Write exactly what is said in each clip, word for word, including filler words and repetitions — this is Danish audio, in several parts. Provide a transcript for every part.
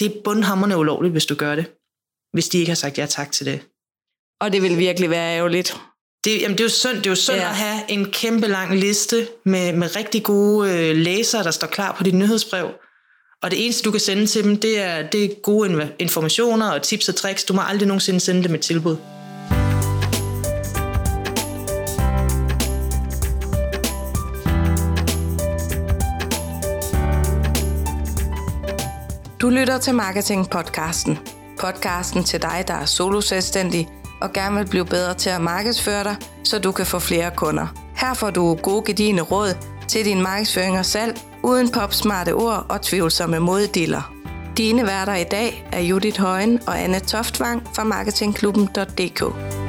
det er bundhamrende ulovligt, hvis du gør det. Hvis de ikke har sagt ja tak til det. Og det vil virkelig være ærgerligt. Det, jamen det er jo synd, det er jo synd ja. at have en kæmpe lang liste med, med rigtig gode øh, læsere, der står klar på dit nyhedsbrev. Og det eneste, du kan sende til dem, det er, det er gode informationer og tips og tricks. Du må aldrig nogensinde sende dem et tilbud. Du lytter til Marketing-podcasten. Podcasten til dig, der er soloselvstændig og gerne vil blive bedre til at markedsføre dig, så du kan få flere kunder. Her får du gode gedigne råd til din markedsføring og salg, uden popsmarte ord og tvivlsomme moddiller. Dine værter i dag er Judith Højen og Anne Toftvang fra marketingklubben punktum d k.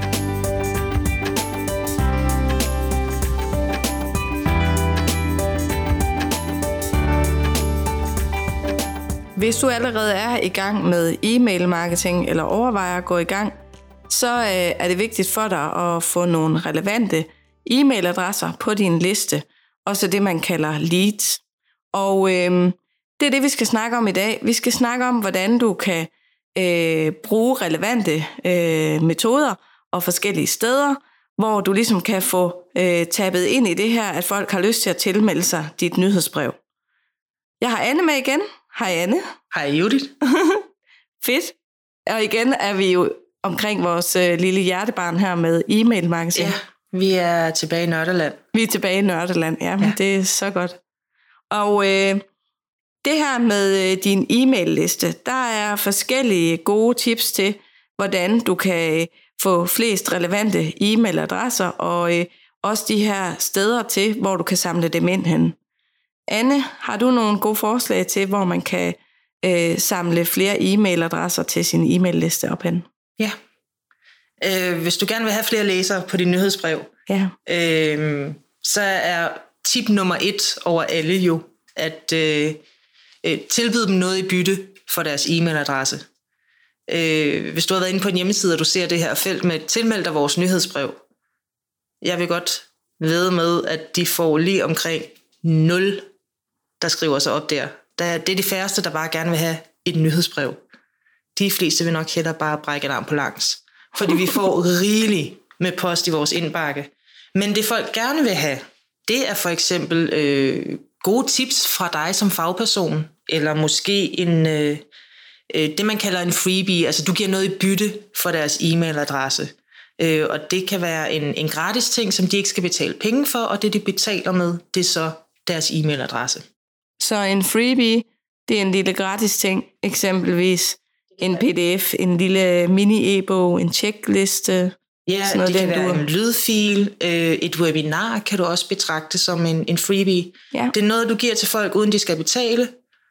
Hvis du allerede er i gang med e-mail marketing eller overvejer at gå i gang, så er det vigtigt for dig at få nogle relevante e-mailadresser på din liste, også det man kalder leads. Og øh, det er det, vi skal snakke om i dag. Vi skal snakke om, hvordan du kan øh, bruge relevante øh, metoder og forskellige steder, hvor du ligesom kan få øh, tabet ind i det her, at folk har lyst til at tilmelde sig dit nyhedsbrev. Jeg har Anne med igen. Hej Anne. Hej Judith. Fedt. Og igen er vi jo omkring vores øh, lille hjertebarn her med e-mail marketing. Ja, vi er tilbage i Nørdeland. Vi er tilbage i Nørdeland, ja, men ja. Det er så godt. Og øh, det her med øh, din e-mail-liste, der er forskellige gode tips til, hvordan du kan øh, få flest relevante e-mailadresser, og øh, også de her steder til, hvor du kan samle dem ind hen. Anne, har du nogle gode forslag til, hvor man kan øh, samle flere e-mailadresser til sin e-mail-liste op hen? Ja. Øh, hvis du gerne vil have flere læsere på dit nyhedsbrev, ja. øh, så er tip nummer et over alle jo, at øh, øh, tilbyde dem noget i bytte for deres e-mailadresse. Øh, hvis du har været inde på en hjemmeside, og du ser det her felt med tilmeld dig vores nyhedsbrev, jeg vil godt vædde med, at de får lige omkring nul, der skriver sig op der. Det er de færreste, der bare gerne vil have et nyhedsbrev. De fleste vil nok hellere bare brække en arm på langs. Fordi vi får rigeligt med post i vores indbakke. Men det folk gerne vil have, det er for eksempel øh, gode tips fra dig som fagperson, eller måske en, øh, det man kalder en freebie, altså du giver noget i bytte for deres e-mailadresse. Øh, og det kan være en, en gratis ting, som de ikke skal betale penge for, og det de betaler med, det er så deres e-mailadresse. Så en freebie, det er en lille gratis ting, eksempelvis en pdf, en lille mini-e-bog, en checkliste. Ja, sådan noget, det kan den, være du... en lydfil, øh, et webinar kan du også betragte som en, en freebie. Ja. Det er noget, du giver til folk, uden de skal betale.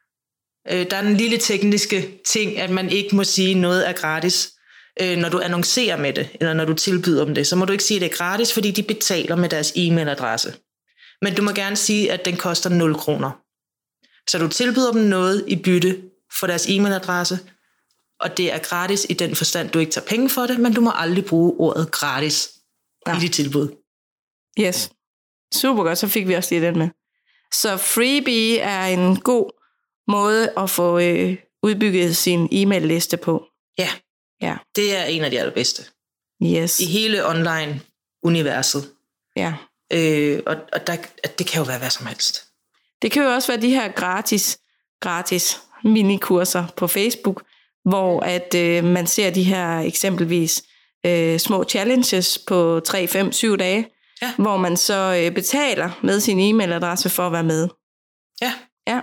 Øh, der er en lille tekniske ting, at man ikke må sige noget er gratis, øh, når du annoncerer med det, eller når du tilbyder dem det. Så må du ikke sige, at det er gratis, fordi de betaler med deres e-mailadresse. Men du må gerne sige, at den koster nul kroner. Så du tilbyder dem noget i bytte for deres e-mailadresse, og det er gratis i den forstand, du ikke tager penge for det, men du må aldrig bruge ordet gratis ja. i dit tilbud. Yes. Super godt, så fik vi også lige den med. Så freebie er en god måde at få øh, udbygget sin e-mail-liste på. Ja. ja, det er en af de allerbedste. Yes. I hele online-universet. Ja. Øh, og og der, det kan jo være hvad som helst. Det kan jo også være de her gratis, gratis minikurser på Facebook, hvor at øh, man ser de her eksempelvis øh, små challenges på tre, fem, syv dage, ja. hvor man så øh, betaler med sin e-mailadresse for at være med. Ja. Ja.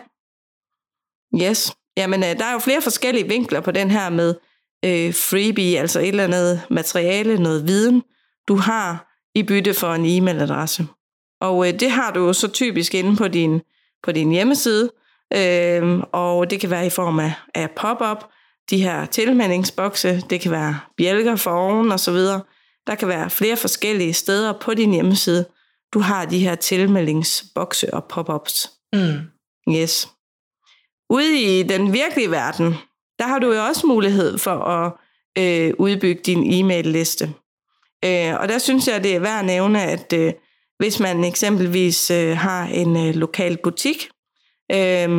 Yes. Jamen, øh, der er jo flere forskellige vinkler på den her med øh, freebie, altså et eller andet materiale, noget viden, du har i bytte for en e-mailadresse. Og øh, det har du jo så typisk inde på din, på din hjemmeside, øh, og det kan være i form af, af pop-up, de her tilmeldingsbokse, det kan være bjælker for oven og så videre. Der kan være flere forskellige steder på din hjemmeside. Du har de her tilmeldingsbokse og pop-ups. Mm. Yes. Ude i den virkelige verden, der har du jo også mulighed for at øh, udbygge din e-mail-liste. Øh, og der synes jeg, det er værd at nævne, at øh, hvis man eksempelvis øh, har en øh, lokal butik, øh,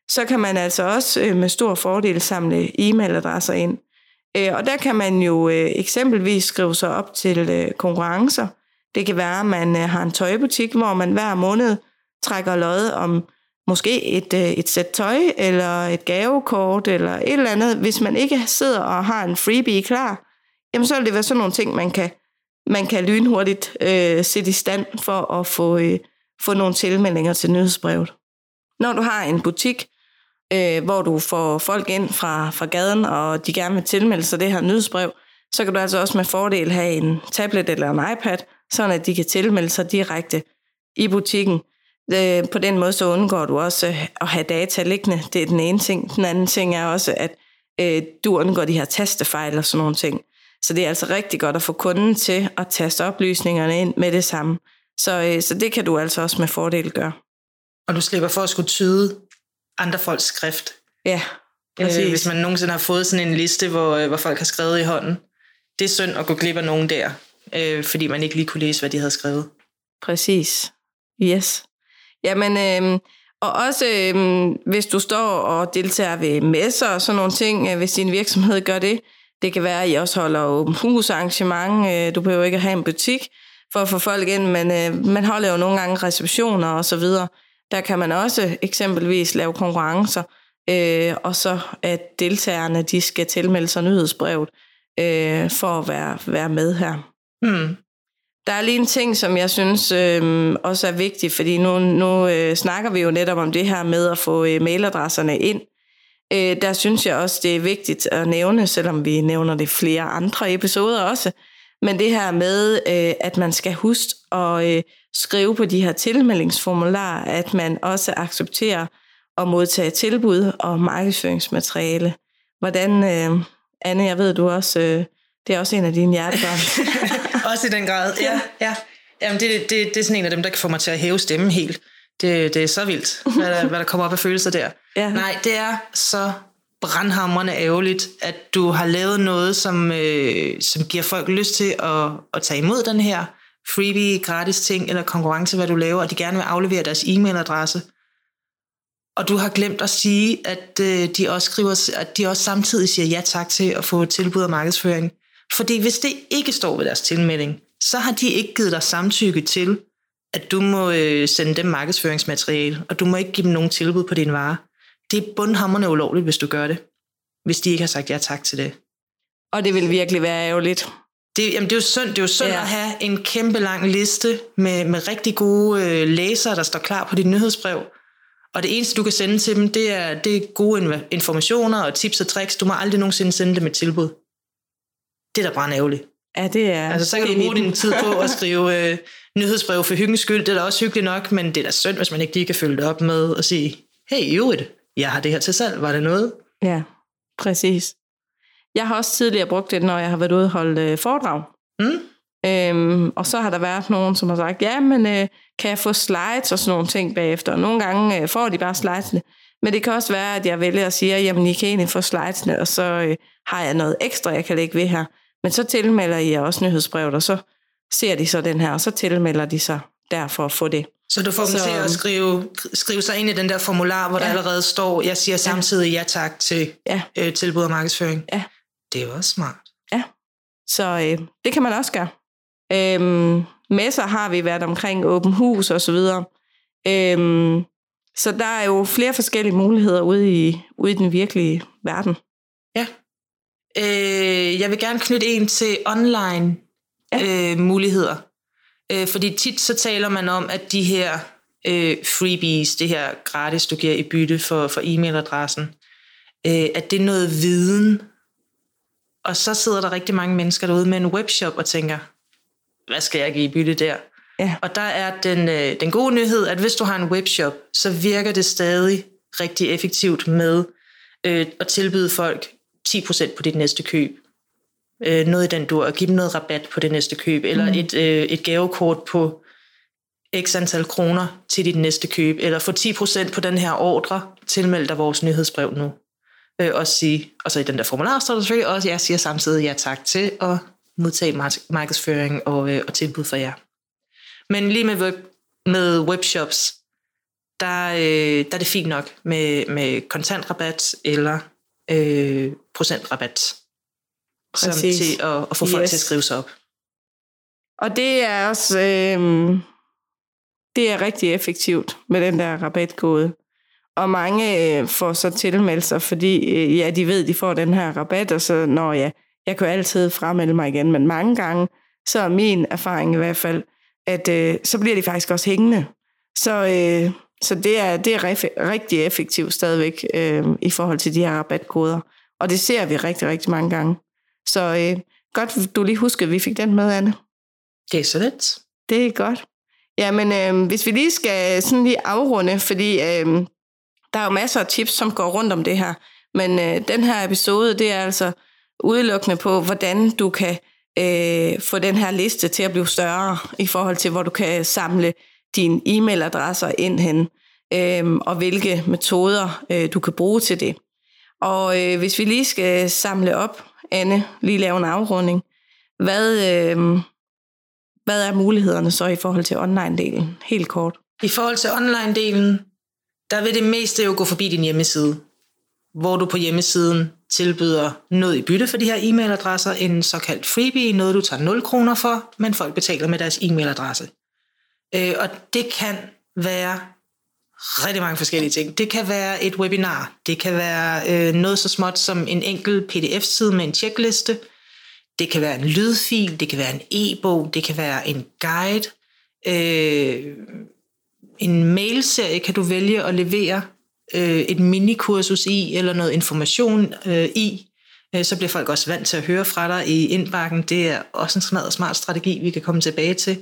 så kan man altså også øh, med stor fordel samle e-mailadresser ind. Øh, og der kan man jo øh, eksempelvis skrive sig op til øh, konkurrencer. Det kan være, at man øh, har en tøjbutik, hvor man hver måned trækker lod om måske et, øh, et sæt tøj, eller et gavekort, eller et eller andet. Hvis man ikke sidder og har en freebie klar, jamen så vil det være sådan nogle ting, man kan, man kan lynhurtigt øh, sætte i stand for at få, øh, få nogle tilmeldinger til nyhedsbrevet. Når du har en butik, øh, hvor du får folk ind fra, fra gaden, og de gerne vil tilmelde sig det her nyhedsbrev, så kan du altså også med fordel have en tablet eller en iPad, sådan at de kan tilmelde sig direkte i butikken. Øh, på den måde så undgår du også øh, at have data liggende. Det er den ene ting. Den anden ting er også, at øh, du undgår de her tastefejl og sådan nogle ting. Så det er altså rigtig godt at få kunden til at taste oplysningerne ind med det samme. Så, øh, så det kan du altså også med fordel gøre. Og du slipper for at skulle tyde andre folks skrift. Ja, præcis. Øh, hvis man nogensinde har fået sådan en liste, hvor, hvor folk har skrevet i hånden. Det er synd at gå glip af nogen der, øh, fordi man ikke lige kunne læse, hvad de havde skrevet. Præcis. Yes. Jamen, øh, og også øh, hvis du står og deltager ved messer og sådan nogle ting, øh, hvis din virksomhed gør det. Det kan være, at I også holder åben hus arrangement. Øh, du behøver ikke at have en butik for at få folk ind, men øh, man holder jo nogle gange receptioner og så videre. Der kan man også eksempelvis lave konkurrencer, øh, og så at deltagerne de skal tilmelde sig nyhedsbrevet øh, for at være, være med her. Mm. Der er lige en ting, som jeg synes øh, også er vigtig, fordi nu, nu øh, snakker vi jo netop om det her med at få øh, mailadresserne ind. Øh, der synes jeg også, det er vigtigt at nævne, selvom vi nævner det flere andre episoder også, men det her med, øh, at man skal huske at øh, skrive på de her tilmeldingsformularer, at man også accepterer at modtage tilbud og markedsføringsmateriale. Hvordan, øh, Anne, jeg ved du også, øh, det er også en af dine hjertebørn. Også i den grad, ja. ja. Jamen, det, det, det er sådan en af dem, der kan få mig til at hæve stemmen helt. Det, det er så vildt, hvad der, hvad der kommer op af følelser der. Ja. Nej, det er så brandhamrende ærgerligt, at du har lavet noget, som, øh, som giver folk lyst til at, at tage imod den her freebie, gratis ting eller konkurrence, hvad du laver, og de gerne vil aflevere deres e-mailadresse. Og du har glemt at sige, at, øh, de, også skriver, at de også samtidig siger ja tak til at få tilbud og markedsføring. Fordi hvis det ikke står ved deres tilmelding, så har de ikke givet dig samtykke til, at du må øh, sende dem markedsføringsmateriale, og du må ikke give dem nogen tilbud på dine varer. Det er bundhamrende ulovligt, hvis du gør det, hvis de ikke har sagt ja tak til det. Og det vil virkelig være ærgerligt. Det, jamen det er jo synd, det er jo synd ja. at have en kæmpe lang liste med, med rigtig gode øh, læsere, der står klar på dit nyhedsbrev. Og det eneste, du kan sende til dem, det er, det er gode informationer og tips og tricks. Du må aldrig nogensinde sende dem et tilbud. Det er da bare ærgerligt. Ja, det er... Altså, så kan du bruge din tid på at skrive øh, nyhedsbrev for hyggens skyld. Det er da også hyggeligt nok, men det er da synd, hvis man ikke lige kan følge det op med at sige, hey, Judith, jeg har det her til salg. Var det noget? Ja, præcis. Jeg har også tidligere brugt det, når jeg har været ude og holde øh, foredrag. Mm. Øhm, og så har der været nogen, som har sagt, ja, men øh, kan jeg få slides og sådan nogle ting bagefter? Og nogle gange øh, får de bare slidesene. Men det kan også være, at jeg vælger at sige, jamen I kan egentlig få slidesene, og så øh, har jeg noget ekstra, jeg kan lægge ved her. Men så tilmelder I også nyhedsbrevet, og så ser de så den her, og så tilmelder de sig der for at få det. Så du får dem så, til at skrive, skrive sig ind i den der formular, hvor ja. der allerede står, jeg siger samtidig ja tak til ja. øh, tilbud og markedsføring. Ja. Det er jo også smart. Ja, så øh, det kan man også gøre. Øhm, messer har vi været omkring åben hus og så videre. Øhm, så der er jo flere forskellige muligheder ude i, ude i den virkelige verden. Ja. Øh, jeg vil gerne knytte en til online ja. øh, muligheder. Øh, fordi tit så taler man om, at de her øh, freebies, det her gratis, du giver i bytte for, for e-mailadressen, øh, at det er noget viden. Og så sidder der rigtig mange mennesker derude med en webshop og tænker, hvad skal jeg give i bytte der? Ja. Og der er den, øh, den gode nyhed, at hvis du har en webshop, så virker det stadig rigtig effektivt med øh, at tilbyde folk ti procent på dit næste køb. Øh, noget i den dur, og give dem noget rabat på det næste køb, eller mm. et, øh, et gavekort på x antal kroner til dit næste køb, eller få ti procent på den her ordre, tilmeld dig vores nyhedsbrev nu. Øh, og, sige, og så i den der formular står der selvfølgelig også, jeg siger samtidig ja tak til at modtage markedsføring og, øh, og tilbud for jer. Men lige med, web, med webshops, der, øh, der er det fint nok med, med kontantrabat eller øh, procentrabat som til at, at få folk yes. til at skrive sig op. Og det er også øh, det er rigtig effektivt med den der rabatkode. Og mange øh, får så tilmeldt sig, fordi øh, ja, de ved, de får den her rabat, og så, nå ja, jeg kan jo altid fremmelde mig igen, men mange gange, så er min erfaring i hvert fald, at øh, så bliver de faktisk også hængende. Så, øh, så det er, det er re- rigtig effektivt stadigvæk øh, i forhold til de her rabatkoder. Og det ser vi rigtig, rigtig mange gange. Så øh, godt, du lige husker, at vi fik den med, Anne. Det er så lidt. Det er godt. Jamen, øh, hvis vi lige skal sådan lige afrunde, fordi øh, der er jo masser af tips, som går rundt om det her. Men øh, den her episode, det er altså udelukkende på, hvordan du kan øh, få den her liste til at blive større, i forhold til, hvor du kan samle dine e-mailadresser ind hen, øh, og hvilke metoder øh, du kan bruge til det. Og øh, hvis vi lige skal samle op, Anne, lige lave en afrunding, hvad, øh, hvad er mulighederne så i forhold til online-delen? Helt kort. I forhold til online-delen, der vil det meste jo gå forbi din hjemmeside, hvor du på hjemmesiden tilbyder noget i bytte for de her e-mailadresser, en såkaldt freebie, noget du tager nul kroner for, men folk betaler med deres e-mailadresse. Øh, og det kan være rigtig mange forskellige ting. Det kan være et webinar, det kan være øh, noget så småt som en enkelt P D F-side med en checkliste, det kan være en lydfil, det kan være en e-bog, det kan være en guide, øh, en mailserie kan du vælge at levere øh, et minikursus i, eller noget information øh, i. Øh, så bliver folk også vant til at høre fra dig i indbakken. Det er også en smadret smart strategi, vi kan komme tilbage til.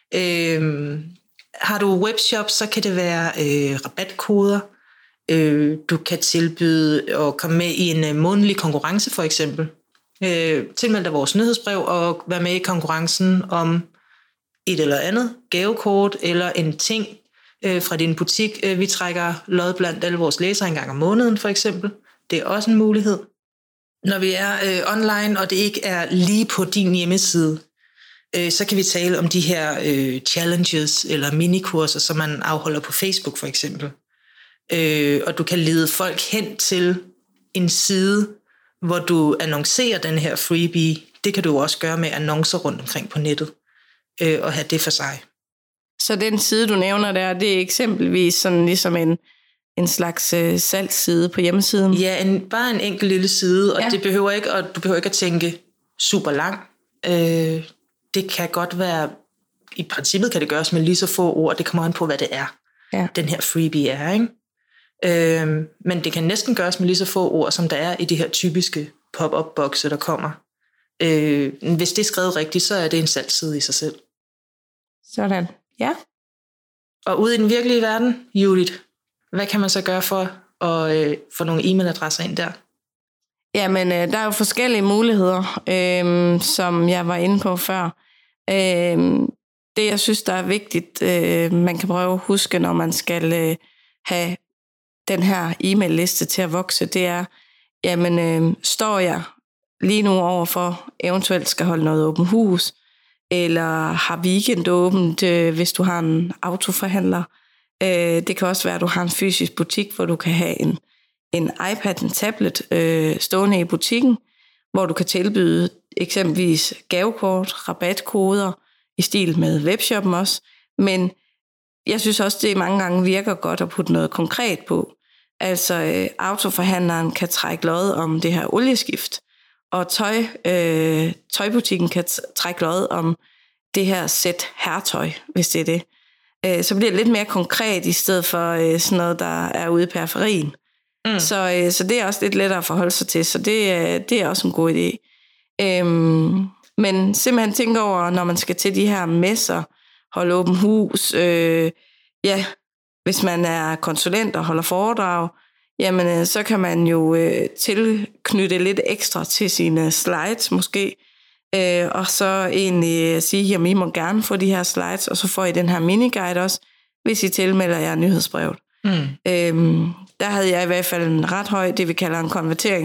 Øh, har du webshop, så kan det være øh, rabatkoder. Øh, du kan tilbyde at komme med i en øh, månedlig konkurrence for eksempel. Øh, tilmeld dig vores nyhedsbrev og være med i konkurrencen om et eller andet gavekort eller en ting øh, fra din butik. Øh, vi trækker lod blandt alle vores læsere en gang om måneden for eksempel. Det er også en mulighed. Når vi er øh, online, og det ikke er lige på din hjemmeside, øh, så kan vi tale om de her øh, challenges eller minikurser, som man afholder på Facebook for eksempel. Øh, og du kan lede folk hen til en side, hvor du annoncerer den her freebie. Det kan du også gøre med annoncer rundt omkring på nettet, øh, og have det for sig. Så den side, du nævner der, det er eksempelvis sådan ligesom en, en slags øh, salgsside på hjemmesiden? Ja, en, bare en enkelt lille side, og ja. det behøver ikke, og du behøver ikke at tænke super lang. Øh, det kan godt være, i princippet kan det gøres med lige så få ord, det kommer an på, hvad det er, ja. den her freebie er, ikke? Øh, men det kan næsten gøres med lige så få ord, som der er i de her typiske pop-up-bokse, der kommer. Øh, hvis det er skrevet rigtigt, så er det en salgsside i sig selv. Sådan, ja. Og ude i den virkelige verden, Judith, hvad kan man så gøre for at øh, få nogle e-mailadresser ind der? Jamen, øh, der er jo forskellige muligheder, øh, som jeg var inde på før. Øh, det, jeg synes, der er vigtigt, øh, man kan prøve at huske, når man skal øh, have den her e-mail-liste til at vokse, det er, jamen, øh, står jeg lige nu overfor, eventuelt skal holde noget åbent hus, eller har weekend åbent, øh, hvis du har en autoforhandler. Øh, det kan også være, at du har en fysisk butik, hvor du kan have en, en iPad, en tablet øh, stående i butikken, hvor du kan tilbyde eksempelvis gavekort, rabatkoder, i stil med webshoppen også. Men jeg synes også, det mange gange virker godt at putte noget konkret på. Altså øh, autoforhandleren kan trække lod om det her olieskift, og tøj, øh, tøjbutikken kan t- trække lod om det her sæt herretøj, hvis det er det. Øh, så bliver det lidt mere konkret, i stedet for øh, sådan noget, der er ude i periferien. Mm. Så, øh, så det er også lidt lettere at forholde sig til, så det, øh, det er også en god idé. Øhm, men simpelthen tænke over, når man skal til de her messer, holde åben hus, øh, ja, hvis man er konsulent og holder foredrag, jamen øh, så kan man jo øh, tilknytte lidt ekstra til sine slides måske, øh, og så egentlig sige, jamen I må gerne få de her slides, og så får I den her miniguide også, hvis I tilmelder jer nyhedsbrevet. Mm. Øhm, der havde jeg i hvert fald en ret høj, det vi kalder en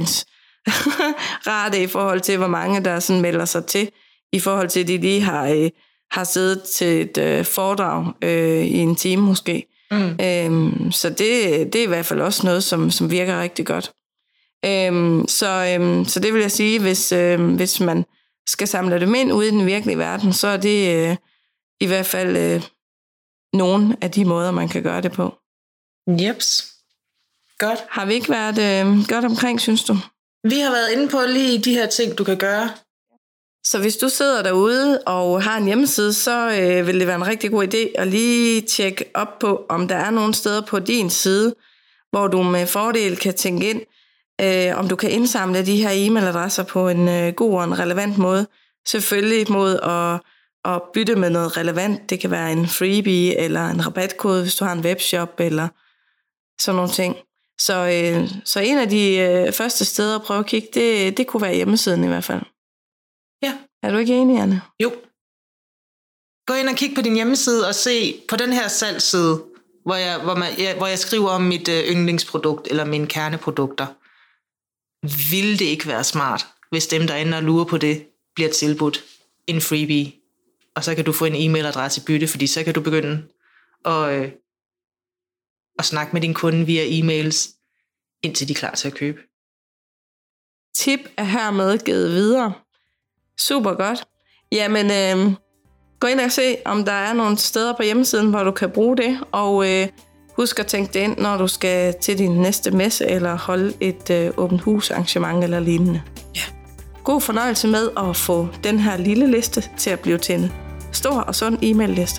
konverteringsrate i forhold til, hvor mange der sådan melder sig til, i forhold til, at de lige har, øh, har siddet til et øh, foredrag øh, i en time måske. Mm. Øhm, så det, det er i hvert fald også noget, som, som virker rigtig godt. Øhm, så, øhm, så det vil jeg sige, hvis, øhm, hvis man skal samle dem ind ude i den virkelige verden, så er det øh, i hvert fald øh, nogle af de måder, man kan gøre det på. Jeps. Godt. Har vi ikke været øh, godt omkring, synes du? Vi har været inde på lige de her ting, du kan gøre. Så hvis du sidder derude og har en hjemmeside, så øh, vil det være en rigtig god idé at lige tjekke op på, om der er nogle steder på din side, hvor du med fordel kan tænke ind, øh, om du kan indsamle de her e-mailadresser på en øh, god og en relevant måde. Selvfølgelig mod at, at bytte med noget relevant. Det kan være en freebie eller en rabatkode, hvis du har en webshop eller sådan nogle ting. Så, øh, så en af de øh, første steder at prøve at kigge, det, det kunne være hjemmesiden i hvert fald. Ja. Er du ikke enig, Anne? Jo. Gå ind og kig på din hjemmeside og se på den her salgsside, hvor jeg, hvor man, jeg, hvor jeg skriver om mit øh, yndlingsprodukt eller mine kerneprodukter. Vil det ikke være smart, hvis dem, der ender og lurer på det, bliver tilbudt en freebie, og så kan du få en e-mailadresse i bytte, fordi så kan du begynde at, øh, at snakke med din kunde via e-mails, indtil de er klar til at købe. Tip er hermed givet videre. Super godt. Jamen, øh, gå ind og se, om der er nogle steder på hjemmesiden, hvor du kan bruge det, og øh, husk at tænke det ind, når du skal til din næste messe, eller holde et øh, åbent hus arrangement eller lignende. Ja. God fornøjelse med at få den her lille liste til at blive til en stor og sund e-mail-liste.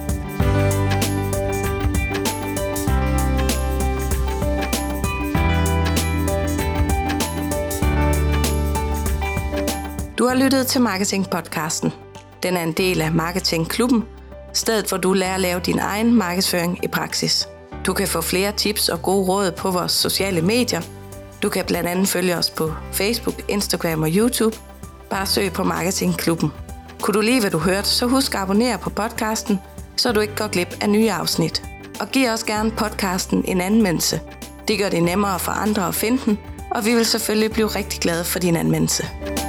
Du har lyttet til Marketing-podcasten. Den er en del af Marketing-klubben, stedet hvor du lærer at lave din egen markedsføring i praksis. Du kan få flere tips og gode råd på vores sociale medier. Du kan blandt andet følge os på Facebook, Instagram og YouTube. Bare søg på Marketing-klubben. Kunne du lide, hvad du hørte, så husk at abonnere på podcasten, så du ikke går glip af nye afsnit. Og giv også gerne podcasten en anmeldelse. Det gør det nemmere for andre at finde den, og vi vil selvfølgelig blive rigtig glade for din anmeldelse.